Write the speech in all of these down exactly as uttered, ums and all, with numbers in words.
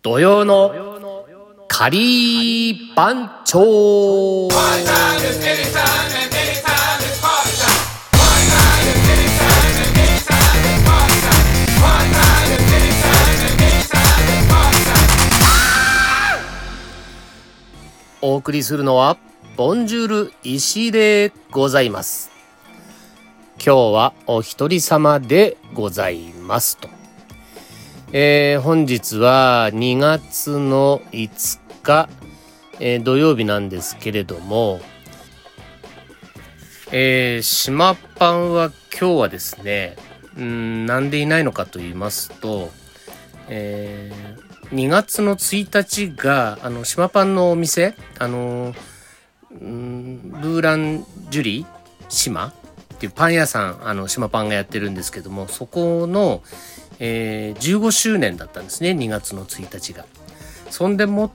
土曜の仮番長。お送りするのはボンジュール石井でございます。今日はお一人様でございますと、えー、本日はにがつのいつか、えー、土曜日なんですけれども、えー、島パンは今日はですね、うーんなんでいないのかと言いますと、えー、にがつのついたちがあの島パンのお店、あのー、んルーランジュリー島っていうパン屋さん、あの島パンがやってるんですけども、そこの、えー、じゅうごしゅうねんだったんですね、にがつのついたちが。そんでもって、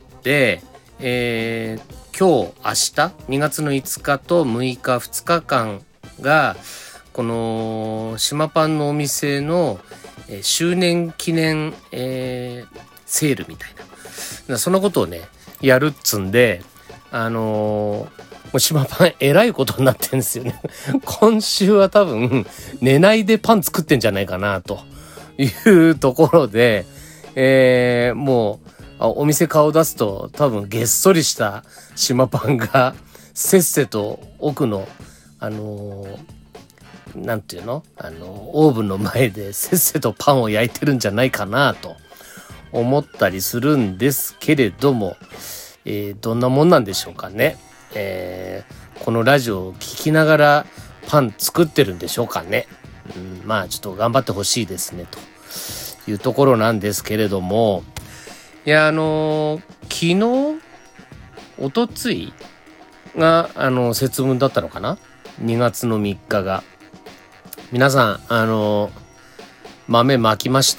えー、今日明日にがつのいつかとむいかふつかかんがこの島パンのお店の、えー、周年記念、えー、セールみたいな、そのことをねやるっつんで、あのーもう島パンえらいことになってるんですよね今週は多分寝ないでパン作ってんじゃないかなというところで、えー、もうお店顔出すと多分げっそりした島パンがせっせと奥のあのー、なんていうのあのー、オーブンの前でせっせとパンを焼いてるんじゃないかなと思ったりするんですけれども、えー、どんなもんなんでしょうかね。えー、このラジオを聞きながらパン作ってるんでしょうかね。うん、まあちょっと頑張ってほしいですねというところなんですけれども、いやあのー、昨日おとついがあの節分だったのかな、にがつのみっかが。皆さんあのー、豆まきました？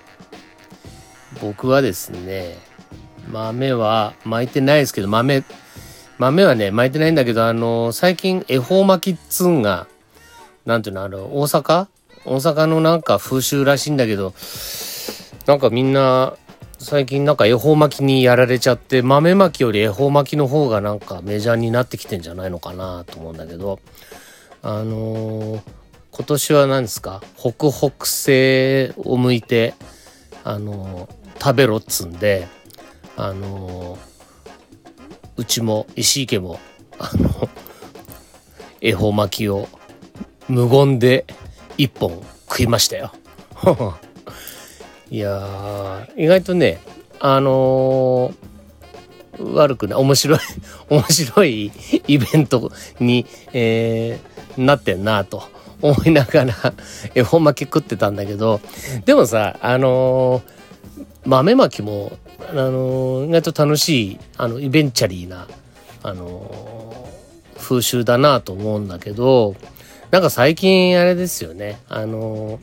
僕はですね豆は巻いてないですけど、豆豆はね巻いてないんだけど、あの最近恵方巻きっつんがなんていうの、あの大阪大阪のなんか風習らしいんだけど、なんかみんな最近なんか恵方巻きにやられちゃって、豆巻きより恵方巻きの方がなんかメジャーになってきてんじゃないのかなと思うんだけど、あのー、今年は何ですか、北北西を向いてあのー、食べろっつんで、あのーうちも石井家もあの恵方巻きを無言で一本食いましたよいやー意外とねあのー、悪くない面白い面白いイベントに、えー、なってんなと思いながら恵方巻き食ってたんだけど、でもさあのー、豆巻きもあのー、意外と楽しいあのイベンチャリーな、あのー、風習だなと思うんだけど、なんか最近あれですよね、あの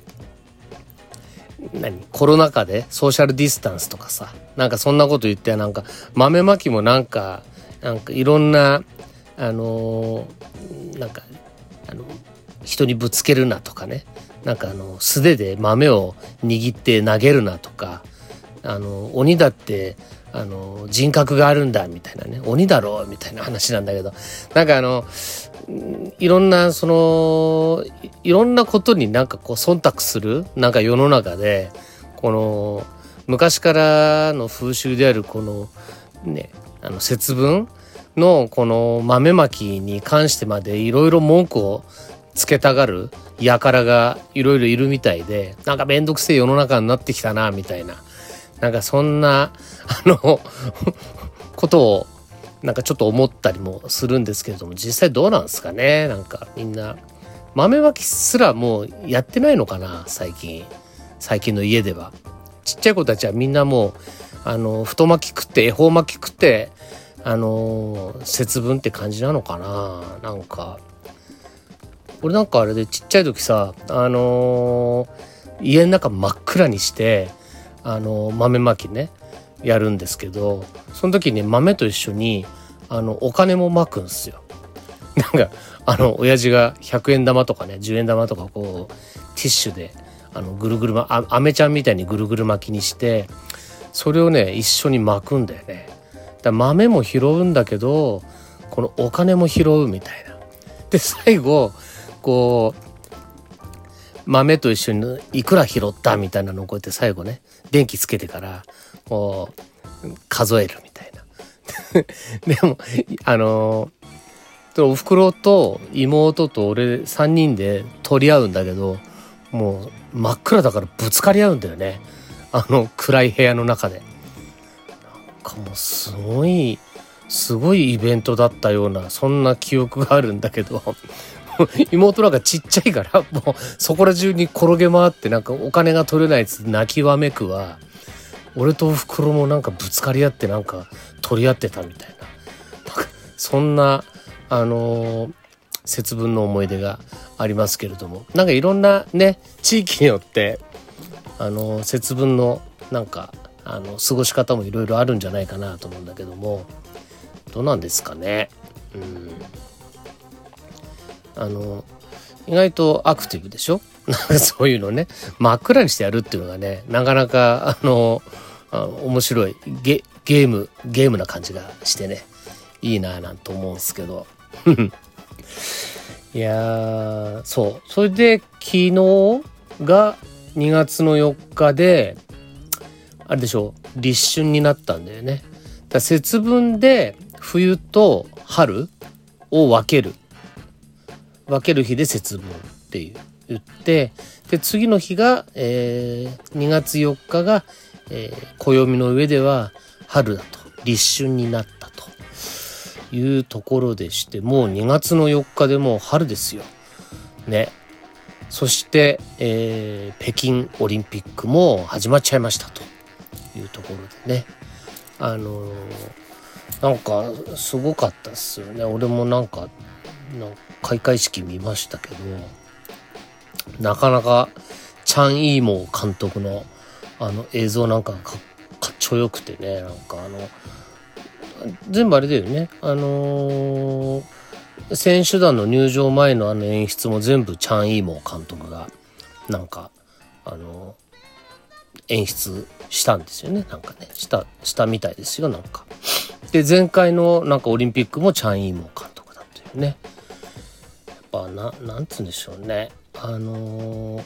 ー、何コロナ禍でソーシャルディスタンスとかさ、なんかそんなこと言って、なんか豆まきもなんかなんかいろんなあのー、なんかあの人にぶつけるなとかね、なんかあの素手で豆を握って投げるなとか、あの鬼だってあの人格があるんだみたいなね、鬼だろうみたいな話なんだけど、なんかあのいろんなそのいろんなことになんかこう忖度するなんか世の中で、この昔からの風習であるこのねあの節分のこの豆まきに関してまでいろいろ文句をつけたがる輩がいろいろいるみたいで、なんかめんどくせえ世の中になってきたなみたいな、なんかそんなあのことをなんかちょっと思ったりもするんですけれども、実際どうなんですかね。なんかみんな豆まきすらもうやってないのかな、最近最近の家では。ちっちゃい子たちはみんなもうあの太巻き食って恵方巻き食ってあの節分って感じなのかな。なんか俺なんかあれでちっちゃい時さ、あのー、家の中真っ暗にしてあのー、豆まきねやるんですけど、その時に豆と一緒にあのお金もまくんすよ。なんかあの親父がひゃくえん玉とかねじゅうえん玉とかこうティッシュであのぐるぐるまあアメちゃんみたいにぐるぐる巻きにして、 それをね一緒に巻くんだよね。だから豆も拾うんだけどこのお金も拾うみたいな。で最後こう豆と一緒にいくら拾ったみたいなのをこうやって最後ね電気つけてからこう数えるみたいなでもあのお袋と妹と俺さんにんで取り合うんだけどもう真っ暗だからぶつかり合うんだよね、あの暗い部屋の中で。なんかもうすごいすごいイベントだったようなそんな記憶があるんだけど妹なんかちっちゃいからもうそこら中に転げ回ってなんかお金が取れないやつ泣きわめくわ、俺とおふくろもなんかぶつかり合ってなんか取り合ってたみたいな、そんなあのー、節分の思い出がありますけれども、なんかいろんなね地域によってあのー、節分のなんかあの過ごし方もいろいろあるんじゃないかなと思うんだけども、どうなんですかね。うんあの意外とアクティブでしょそういうのね真っ暗にしてやるっていうのがねなかなかあのあ面白い ゲ, ゲームゲームな感じがしてねいいななんて思うんですけどいやーそうそれで昨日がにがつのよっかであれでしょ立春になったんだよね。だから節分で冬と春を分ける分ける日で節分っていう言って、で次の日が、えー、にがつよっかが、えー、暦の上では春だと立春になったというところでして、もうにがつのよっかでもう春ですよね。そして、えー、北京オリンピックも始まっちゃいましたというところでね、あのー、なんかすごかったっすよね。俺もなんかなんか開会式見ましたけど、なかなかチャン・イーモー監督のあの映像なんかかかっちょよくてね、なんかあの全部あれだよね、あのー、選手団の入場前のあの演出も全部チャン・イーモー監督がなんかあのー、演出したんですよね。なんかねしたしたみたいですよ。なんかで前回のなんかオリンピックもチャン・イーモー監督だというね。やっぱななんつうんでしょうね、あのー、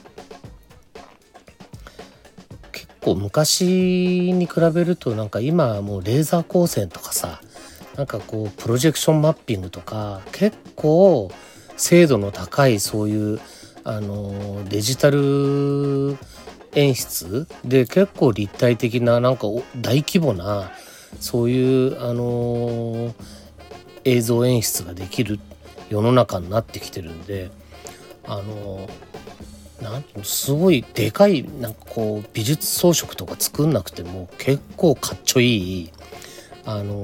結構昔に比べるとなんか今はもうレーザー光線とかさ、なんかこうプロジェクションマッピングとか結構精度の高いそういうあのー、デジタル演出で結構立体的ななんか大規模なそういうあのー、映像演出ができる世の中になってきてるんで、あのなんていうのすごいでかいなんかこう美術装飾とか作んなくても結構かっちょいいあの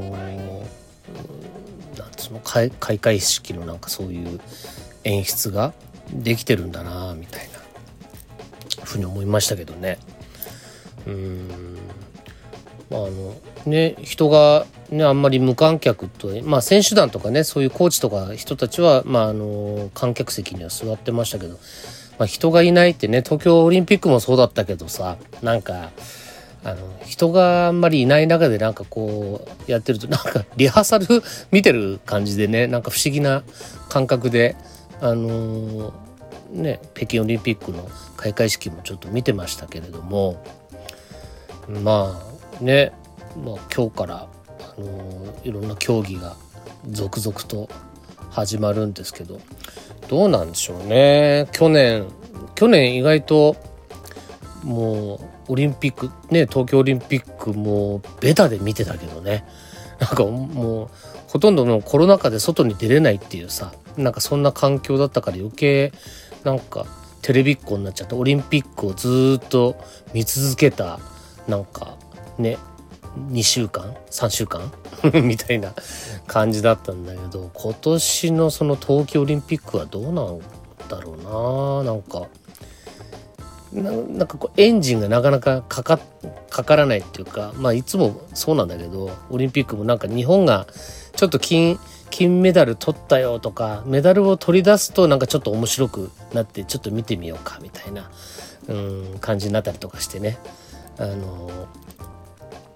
なんつうの開会式のなんかそういう演出ができてるんだなみたいなふうに思いましたけどね。うーんあのね人がねあんまり無観客と、まあ選手団とかねそういうコーチとか人たちはまああの観客席には座ってましたけど、まあ、人がいないってね東京オリンピックもそうだったけどさ、なんかあの人があんまりいない中でなんかこうやってるとなんかリハーサル見てる感じでね、なんか不思議な感覚であのね北京オリンピックの開会式もちょっと見てましたけれども、まあね、まあ、今日から、あのー、いろんな競技が続々と始まるんですけど、どうなんでしょうね。去年去年意外ともうオリンピックね東京オリンピックもベタで見てたけどね、なんかもうほとんどのコロナ禍で外に出れないっていうさ、なんかそんな環境だったから余計なんかテレビっ子になっちゃって、オリンピックをずっと見続けたなんかねにしゅうかんさんしゅうかんみたいな感じだったんだけど、今年のその冬季オリンピックはどうなんだろうな。なんか な, なんかこうエンジンがなかなかか か, かからないっていうか、まあいつもそうなんだけど、オリンピックもなんか日本がちょっと金金メダル取ったよとかメダルを取り出すとなんかちょっと面白くなってちょっと見てみようかみたいなうん感じになったりとかしてね、あの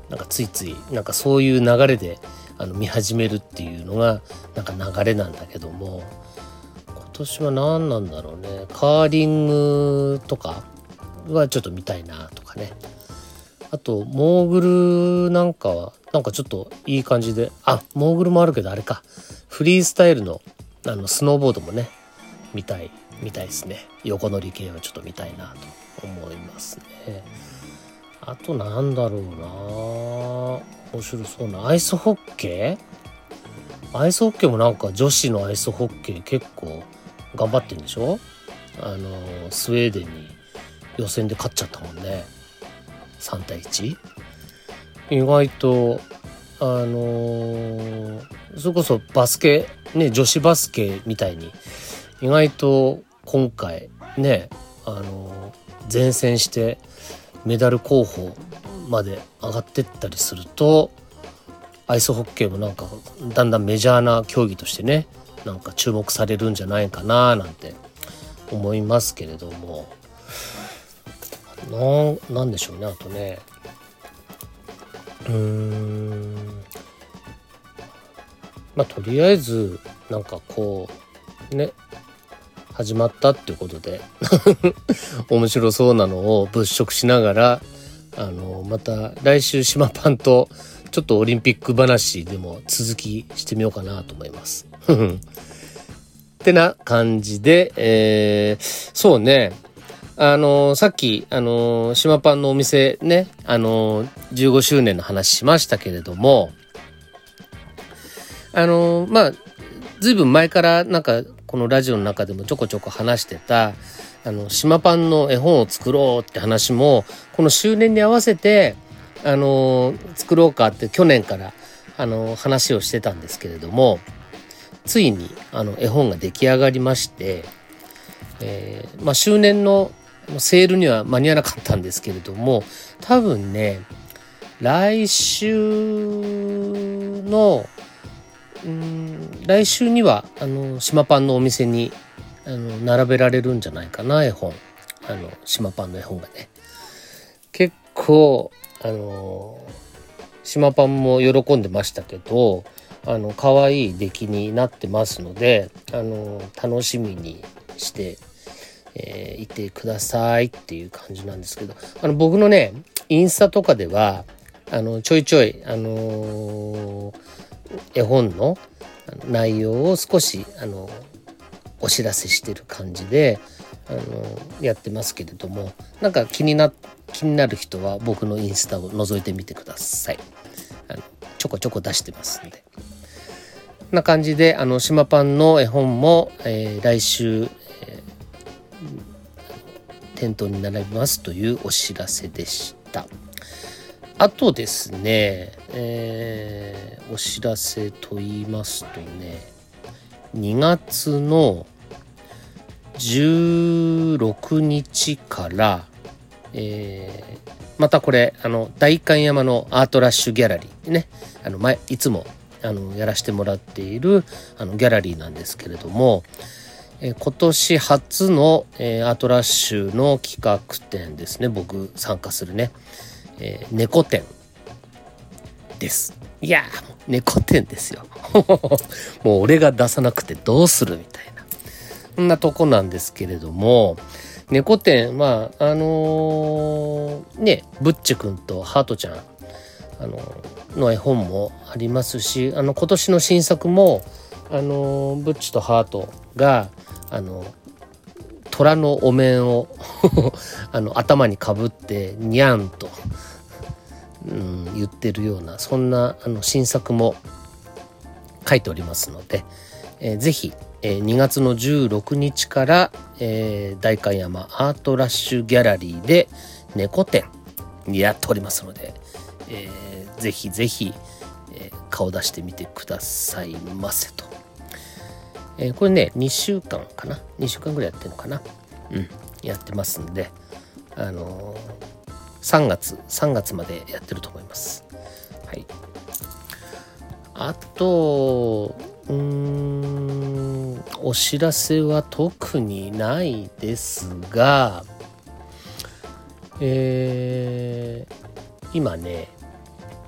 なんかついついなんかそういう流れであの見始めるっていうのがなんか流れなんだけども、今年は何なんだろうね。カーリングとかはちょっと見たいなとかね。あとモーグルなんかはなんかちょっといい感じで、あモーグルもあるけどあれか、フリースタイルのあのスノーボードもね見たい見たいですね。横乗り系はちょっと見たいなと思いますね。あとなんだろうな、面白そうなアイスホッケーアイスホッケーもなんか女子のアイスホッケー結構頑張ってんでしょ。あのスウェーデンに予選で勝っちゃったもんね、さんたいいち。意外とあのー、それこそバスケね、女子バスケみたいに意外と今回ね、あのー、前線してメダル候補まで上がってったりすると、アイスホッケーもなんかだんだんメジャーな競技としてね、なんか注目されるんじゃないかななんて思いますけれども、な、なんでしょうね。あとね、うーんまあとりあえずなんかこうね始まったっていうことで面白そうなのを物色しながら、あのまた来週島パンとちょっとオリンピック話でも続きしてみようかなと思いますってな感じで、えー、そうね、あのさっきあの島パンのお店ね、あのじゅうごしゅうねんの話しましたけれども、あのまあずいぶん前からなんかこのラジオの中でもちょこちょこ話してたあの島パンの絵本を作ろうって話も、この周年に合わせてあの作ろうかって去年からあの話をしてたんですけれども、ついにあの絵本が出来上がりまして、えーまあ、周年のセールには間に合わなかったんですけれども、多分ね来週のうん来週にはあの島パンのお店にあの並べられるんじゃないかな、絵本。あの島パンの絵本がね結構あの島パンも喜んでましたけど、あの可愛い出来になってますので、あの楽しみにしてえー、いてくださいっていう感じなんですけど、あの僕のねインスタとかではあのちょいちょい、あのー、絵本の内容を少しあのお知らせしてる感じで、あのやってますけれども、なんか気にな気になる人は僕のインスタを覗いてみてください。あのちょこちょこ出してますんで。こんな感じであの島パンの絵本も、えー、来週店頭に並びますというお知らせでした。あとですね、えー、お知らせと言いますとね、にがつのじゅうろくにちから、えー、またこれあの代官山のアートラッシュギャラリーでね、あの前いつもあのやらせてもらっているあのギャラリーなんですけれども、えー、今年初の、えー、アートラッシュの企画展ですね。僕参加するね、えー、猫展です。いやー猫展ですよもう俺が出さなくてどうするみたいな、そんなとこなんですけれども、猫展、まああのー、ねブッチくんとハートちゃん、あのー、の絵本もありますし、あの今年の新作もあのー、ブッチとハートがあの虎のお面をあの頭にかぶってニャンと、うん、言ってるような、そんなあの新作も書いておりますので、えー、ぜひ、えー、にがつのじゅうろくにちから、えー、代官山アートラッシュギャラリーで猫展やっておりますので、えー、ぜひぜひ、えー、顔出してみてくださいませと。えー、これねにしゅうかんかなにしゅうかんぐらいやってるのかな、うんやってますんで、あのー、さんがつさんがつまでやってると思います。はい。あとうーんお知らせは特にないですが、えー、今ね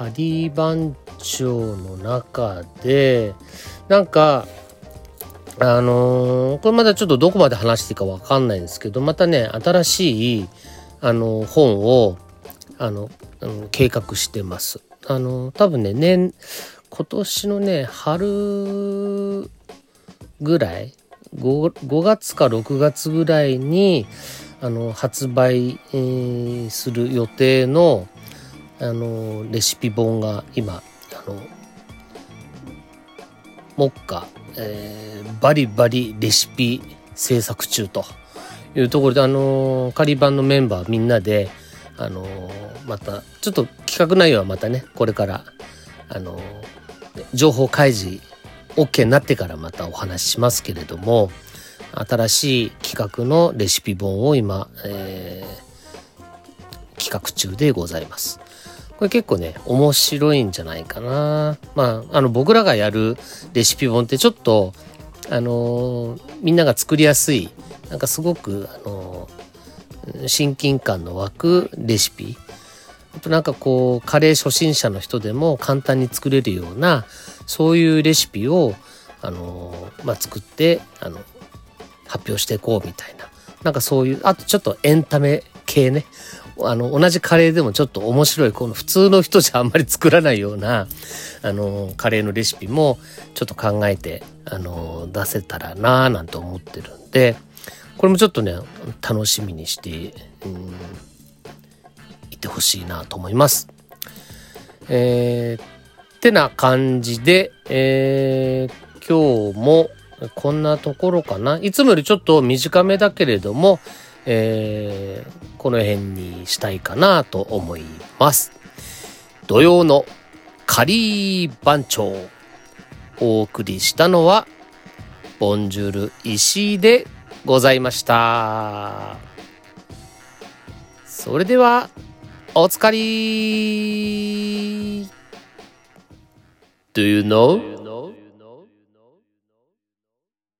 仮番長の中でなんかあのー、これまだちょっとどこまで話していいかわかんないんですけど、またね新しいあの本をあの、うん、計画してます。あの多分ね年今年のね春ぐらい 5, 5月かろくがつぐらいにあの発売、えー、する予定のあのレシピ本が今あの目下、えー、バリバリレシピ制作中というところで、あの仮版のメンバーみんなであのまたちょっと企画内容はまたねこれからあの情報開示 OK になってからまたお話ししますけれども、新しい企画のレシピ本を今、えー、企画中でございます。これ結構ね面白いんじゃないかな。まああの僕らがやるレシピ本ってちょっとあのー、みんなが作りやすいなんかすごくあのー、親近感の湧くレシピ、あとなんかこうカレー初心者の人でも簡単に作れるようなそういうレシピをあのー、まあ作ってあの発表していこうみたいな、なんかそういう、あとちょっとエンタメ系ね、あの同じカレーでもちょっと面白いこの普通の人じゃあんまり作らないようなあのカレーのレシピもちょっと考えてあの出せたらなぁなんて思ってるんで、これもちょっとね楽しみにして、うん、いてほしいなと思います。えー、ってな感じで、えー、今日もこんなところかな。いつもよりちょっと短めだけれども、えー、この辺にしたいかなと思います。土曜の仮番長、お送りしたのはボンジュール石井でございました。それではおつかり。Do you know?